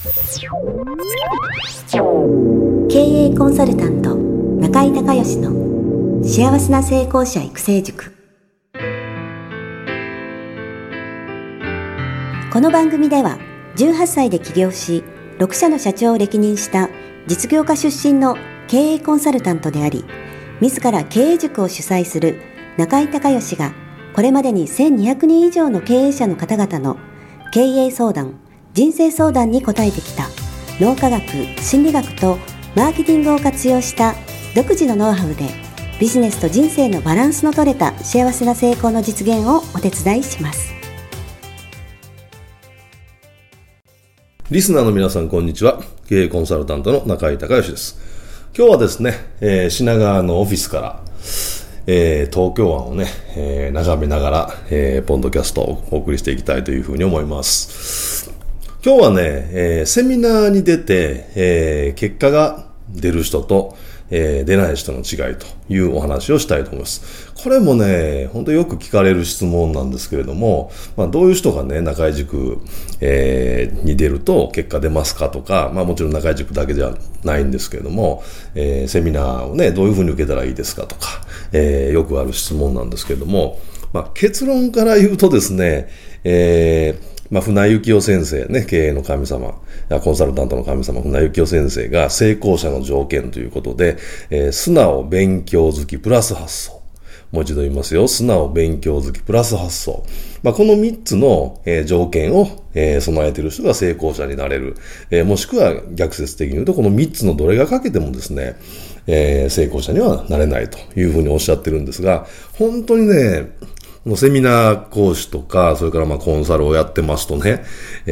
経営コンサルタント中井孝義の幸せな成功者育成塾。この番組では18歳で起業し6社の社長を歴任した実業家出身の経営コンサルタントであり、自ら経営塾を主催する中井孝義がこれまでに1200人以上の経営者の方々の経営相談、人生相談に応えてきた脳科学、心理学とマーケティングを活用した独自のノウハウでビジネスと人生のバランスの取れた幸せな成功の実現をお手伝いします。 リスナーの皆さん、こんにちは。経営コンサルタントの中井孝義です。今日はですね、品川のオフィスから、東京湾をね、眺めながら、ポッドキャストをお送りしていきたいというふうに思います。今日はね、セミナーに出て、結果が出る人と、出ない人の違いというお話をしたいと思います。これもね、本当によく聞かれる質問なんですけれども、どういう人がね、中井塾、に出ると結果出ますかとか、もちろん中井塾だけじゃないんですけれども、セミナーをね、どういうふうに受けたらいいですかとか、よくある質問なんですけれども、結論から言うとですね、船井幸雄先生ね、経営の神様、コンサルタントの神様、船井幸雄先生が成功者の条件ということで、素直、勉強好き、プラス発想。もう一度言いますよ。素直、勉強好き、プラス発想。この3つの、条件を、備えている人が成功者になれる。もしくは逆説的に言うと、この3つのどれが欠けてもですね、成功者にはなれないというふうにおっしゃってるんですが、本当にね、セミナー講師とか、それからコンサルをやってますとね、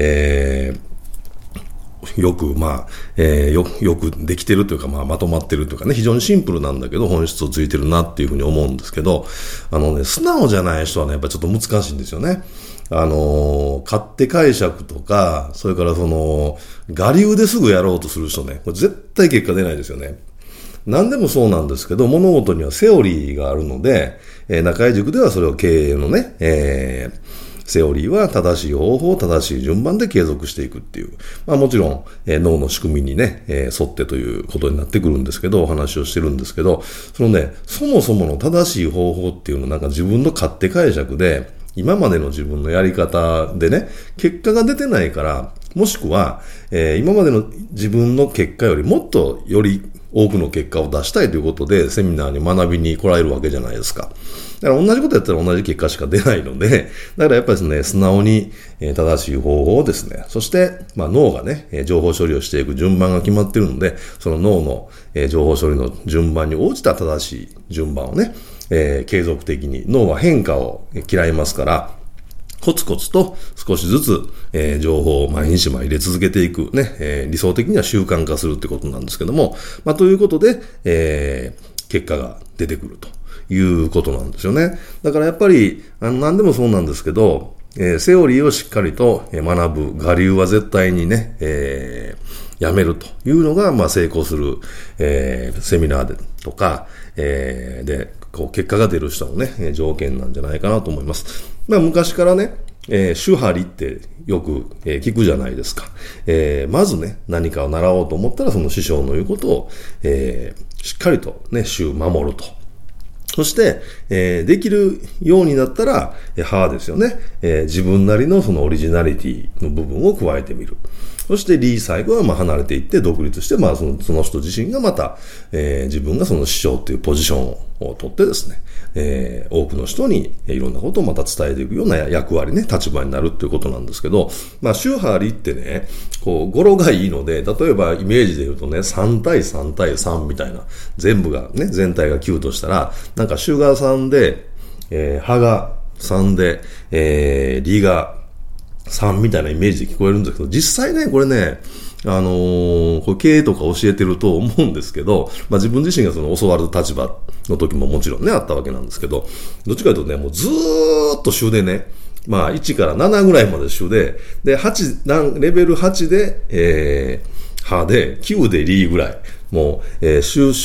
よくできてるというか、まとまってるというかね、非常にシンプルなんだけど本質をついてるなっていうふうに思うんですけど、素直じゃない人はね、やっぱりちょっと難しいんですよね。勝手解釈とか、それから我流ですぐやろうとする人ね、これ絶対結果出ないですよね。何でもそうなんですけど、物事にはセオリーがあるので、中井塾ではそれを経営のね、セオリーは正しい方法、正しい順番で継続していくっていう。もちろん、脳の仕組みにね、沿ってということになってくるんですけど、お話をしてるんですけど、そもそもの正しい方法っていうのは自分の勝手解釈で、今までの自分のやり方でね、結果が出てないから、もしくは、今までの自分の結果よりもっとより多くの結果を出したいということでセミナーに学びに来られるわけじゃないですか。だから同じことやったら同じ結果しか出ないので、だからやっぱりですね、素直に正しい方法をですね、そして脳がね、情報処理をしていく順番が決まっているので、その脳の情報処理の順番に応じた正しい順番をね、継続的に、脳は変化を嫌いますから、コツコツと少しずつ、情報を毎日入れ続けていくね、理想的には習慣化するってことなんですけども、ということで、結果が出てくるということなんですよね。だからやっぱり何でもそうなんですけど、セオリーをしっかりと学ぶ、我流は絶対にね、やめるというのが成功する、セミナーでとか、で結果が出る人のね、条件なんじゃないかなと思います。昔からね、手張りってよく、聞くじゃないですか。まずね、何かを習おうと思ったらその師匠の言うことを、しっかりとね、守ると。そして、できるようになったら、ですよね。自分なりのそのオリジナリティの部分を加えてみる。そして最後は離れていって独立して、その人自身がまた、自分がその師匠っていうポジションを取ってですね、多くの人にいろんなことをまた伝えていくような役割ね、立場になるっていうことなんですけど、宗張りってね、語呂がいいので、例えばイメージで言うとね、3対3対3みたいな、全体が9としたら、主が3で、派が3で、理が3みたいなイメージで聞こえるんですけど、実際ね、これね、これ経営とか教えてると思うんですけど、自分自身がその教わる立場の時ももちろんね、あったわけなんですけど、どっちかというとね、もうずーっと週でね、1から7ぐらいまで週で、レベル8で、派で、9でリーぐらい。もう、シュ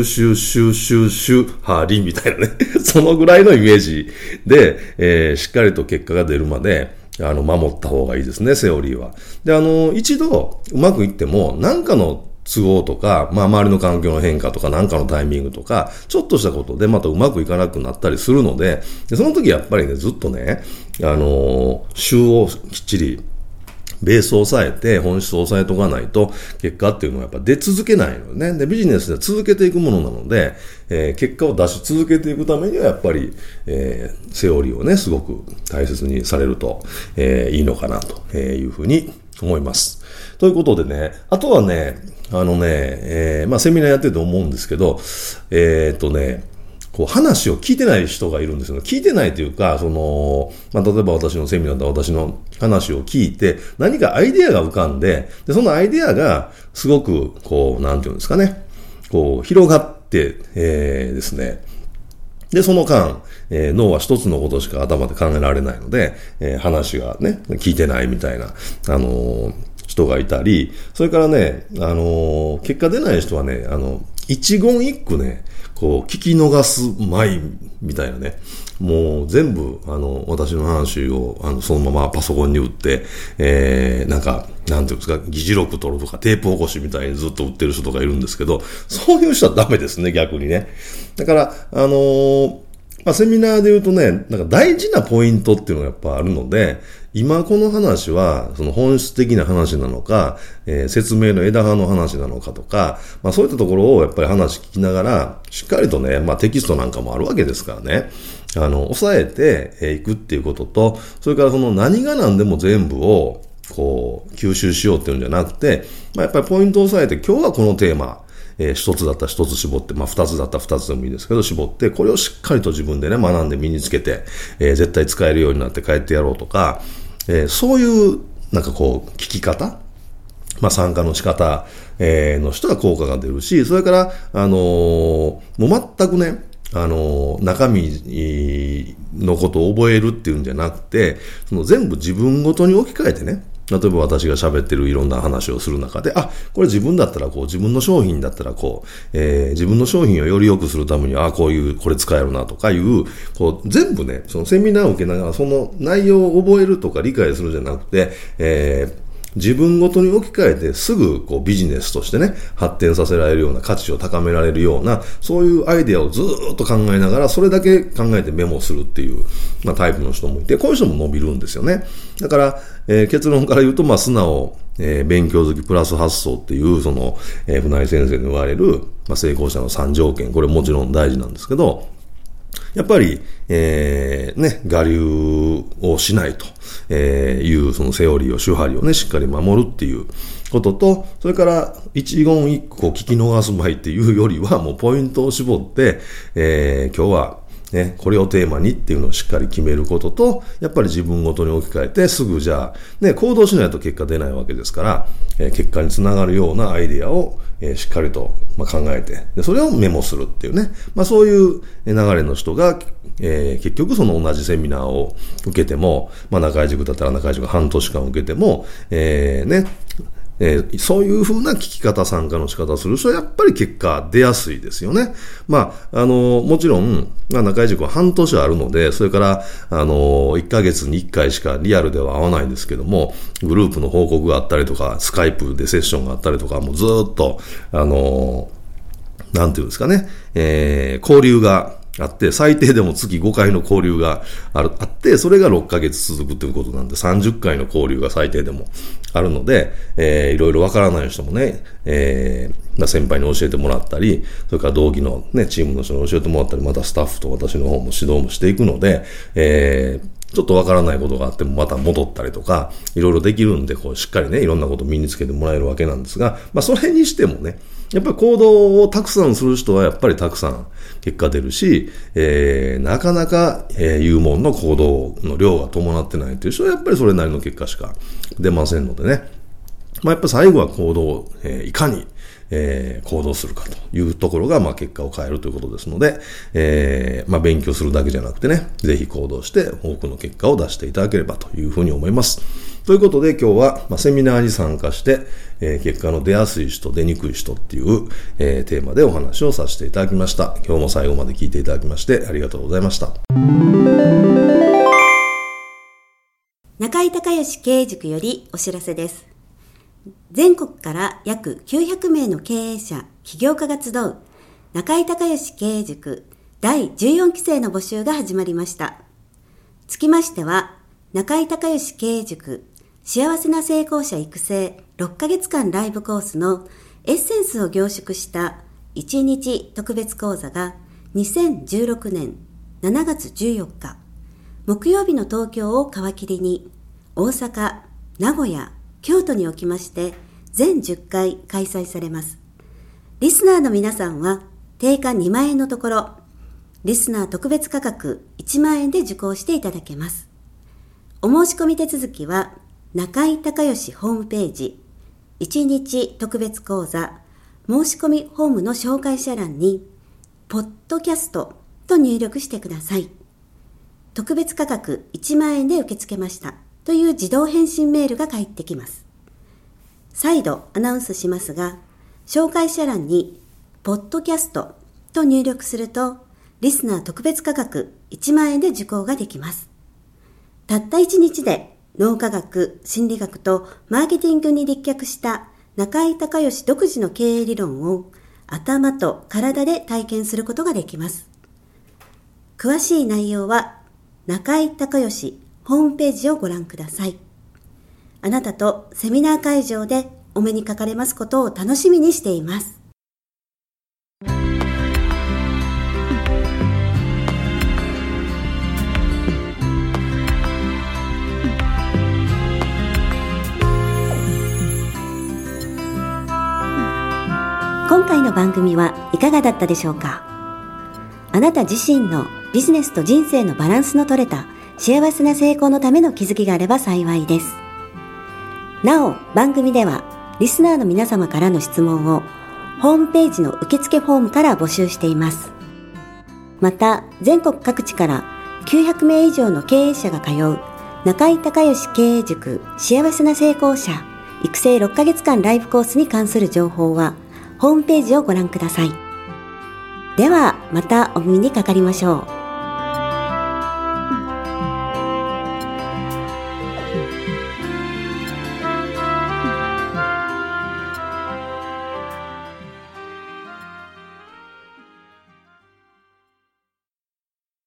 ハリみたいなね。そのぐらいのイメージで、しっかりと結果が出るまで、 守った方がいいですね、セオリーは。で、一度うまくいっても、なんかの都合とか、周りの環境の変化とか、なんかのタイミングとか、ちょっとしたことでまたうまくいかなくなったりするので、その時やっぱりね、ずっとね、週をきっちり、ベースを抑えて、本質を抑えとかないと、結果っていうのはやっぱ出続けないのね。で、ビジネスで続けていくものなので、結果を出し続けていくためにはやっぱり、セオリーをね、すごく大切にされると、いいのかなというふうに思います。ということでね、あとはね、セミナーやってて思うんですけど、話を聞いてない人がいるんですよね。聞いてないというか、例えば私のセミナーで私の話を聞いて、何かアイデアが浮かんで、そのアイデアがすごく、なんていうんですかね、広がって、ですね、で、その間、脳は一つのことしか頭で考えられないので、話がね、聞いてないみたいな、人がいたり、それからね、結果出ない人はね、一言一句ね、聞き逃すまいみたいなね、もう全部、私の話を、そのままパソコンに打って、なんていうんですか、議事録取るとか、テープ起こしみたいにずっと打ってる人とかいるんですけど、そういう人はダメですね、逆にね。だから、セミナーで言うとね、なんか大事なポイントっていうのがやっぱあるので、今この話はその本質的な話なのか、説明の枝葉の話なのかとか、そういったところをやっぱり話聞きながら、しっかりとね、テキストなんかもあるわけですからね、抑えていくっていうことと、それからその何が何でも全部を吸収しようっていうんじゃなくて、やっぱりポイントを抑えて、今日はこのテーマ、一つだったら一つ絞って、二つだったら二つでもいいですけど、絞って、これをしっかりと自分でね、学んで身につけて、絶対使えるようになって帰ってやろうとか、そういう、聞き方、参加の仕方、の人は効果が出るし、それから、もう全くね、中身のことを覚えるっていうんじゃなくて、全部自分ごとに置き換えてね、例えば私が喋ってるいろんな話をする中で、これ自分だったら自分の商品だったら自分の商品をより良くするためにこれ使えるなとか全部ね、そのセミナーを受けながらその内容を覚えるとか理解するじゃなくて、自分ごとに置き換えてすぐビジネスとしてね、発展させられるような価値を高められるような、そういうアイデアをずーっと考えながら、それだけ考えてメモするっていう、タイプの人もいて、こういう人も伸びるんですよね。だから、結論から言うと、素直、勉強好きプラス発想っていう、船井先生に言われる、成功者の3条件、これもちろん大事なんですけど、やっぱり、我流をしないというそのセオリーを、手張りをね、しっかり守るっていうことと、それから一言一句聞き逃すまいっていうよりは、もうポイントを絞って、今日はね、これをテーマにっていうのをしっかり決めることと、やっぱり自分ごとに置き換えて、すぐじゃあ、ね、行動しないと結果出ないわけですから、結果につながるようなアイデアを、しっかりと、考えて、で、それをメモするっていうね、そういう流れの人が、結局その同じセミナーを受けても、中井塾だったら中井塾半年間受けても、そういう風な聞き方、参加の仕方をする人はやっぱり結果出やすいですよね。もちろん、中井塾は半年あるので、それから、1ヶ月に1回しかリアルでは会わないんですけども、グループの報告があったりとか、スカイプでセッションがあったりとか、もうずっと、なんていうんですかね、交流があって、最低でも月5回の交流があって、それが6ヶ月続くということなんで、30回の交流が最低でもあるので、いろいろわからない人もね、先輩に教えてもらったり、それから同期のね、チームの人に教えてもらったり、またスタッフと私の方も指導もしていくので、ちょっとわからないことがあってもまた戻ったりとか、いろいろできるんで、しっかりね、いろんなことを身につけてもらえるわけなんですが、それにしてもね、やっぱり行動をたくさんする人はやっぱりたくさん結果出るし、なかなか、有門の行動の量が伴ってないという人はやっぱりそれなりの結果しか出ませんのでね。やっぱ最後は行動を、いかに、行動するかというところが、結果を変えるということですので、勉強するだけじゃなくてね、ぜひ行動して多くの結果を出していただければというふうに思います。ということで今日は、セミナーに参加して、結果の出やすい人、出にくい人っていう、テーマでお話をさせていただきました。今日も最後まで聞いていただきましてありがとうございました。 中井隆義経営塾よりお知らせです。全国から約900名の経営者、起業家が集う中井隆義経営塾第14期生の募集が始まりました。つきましては、中井隆義経営塾幸せな成功者育成6ヶ月間ライブコースのエッセンスを凝縮した1日特別講座が2016年7月14日、木曜日の東京を皮切りに大阪、名古屋、京都におきまして全10回開催されます。リスナーの皆さんは定価2万円のところ、リスナー特別価格1万円で受講していただけます。お申し込み手続きは中井隆義ホームページ1日特別講座申し込みフォームの紹介者欄にポッドキャストと入力してください。特別価格1万円で受け付けましたという自動返信メールが返ってきます。再度アナウンスしますが、紹介者欄にポッドキャストと入力するとリスナー特別価格1万円で受講ができます。たった1日で脳科学、心理学とマーケティングに立脚した中井隆義独自の経営理論を頭と体で体験することができます。詳しい内容は中井隆義ホームページをご覧ください。あなたとセミナー会場でお目にかかれますことを楽しみにしています。今回の番組はいかがだったでしょうか。あなた自身のビジネスと人生のバランスの取れた幸せな成功のための気づきがあれば幸いです。なお、番組ではリスナーの皆様からの質問をホームページの受付フォームから募集しています。また、全国各地から900名以上の経営者が通う中井隆義経営塾幸せな成功者育成6ヶ月間ライブコースに関する情報はホームページをご覧ください。ではまたお耳にかかりましょう。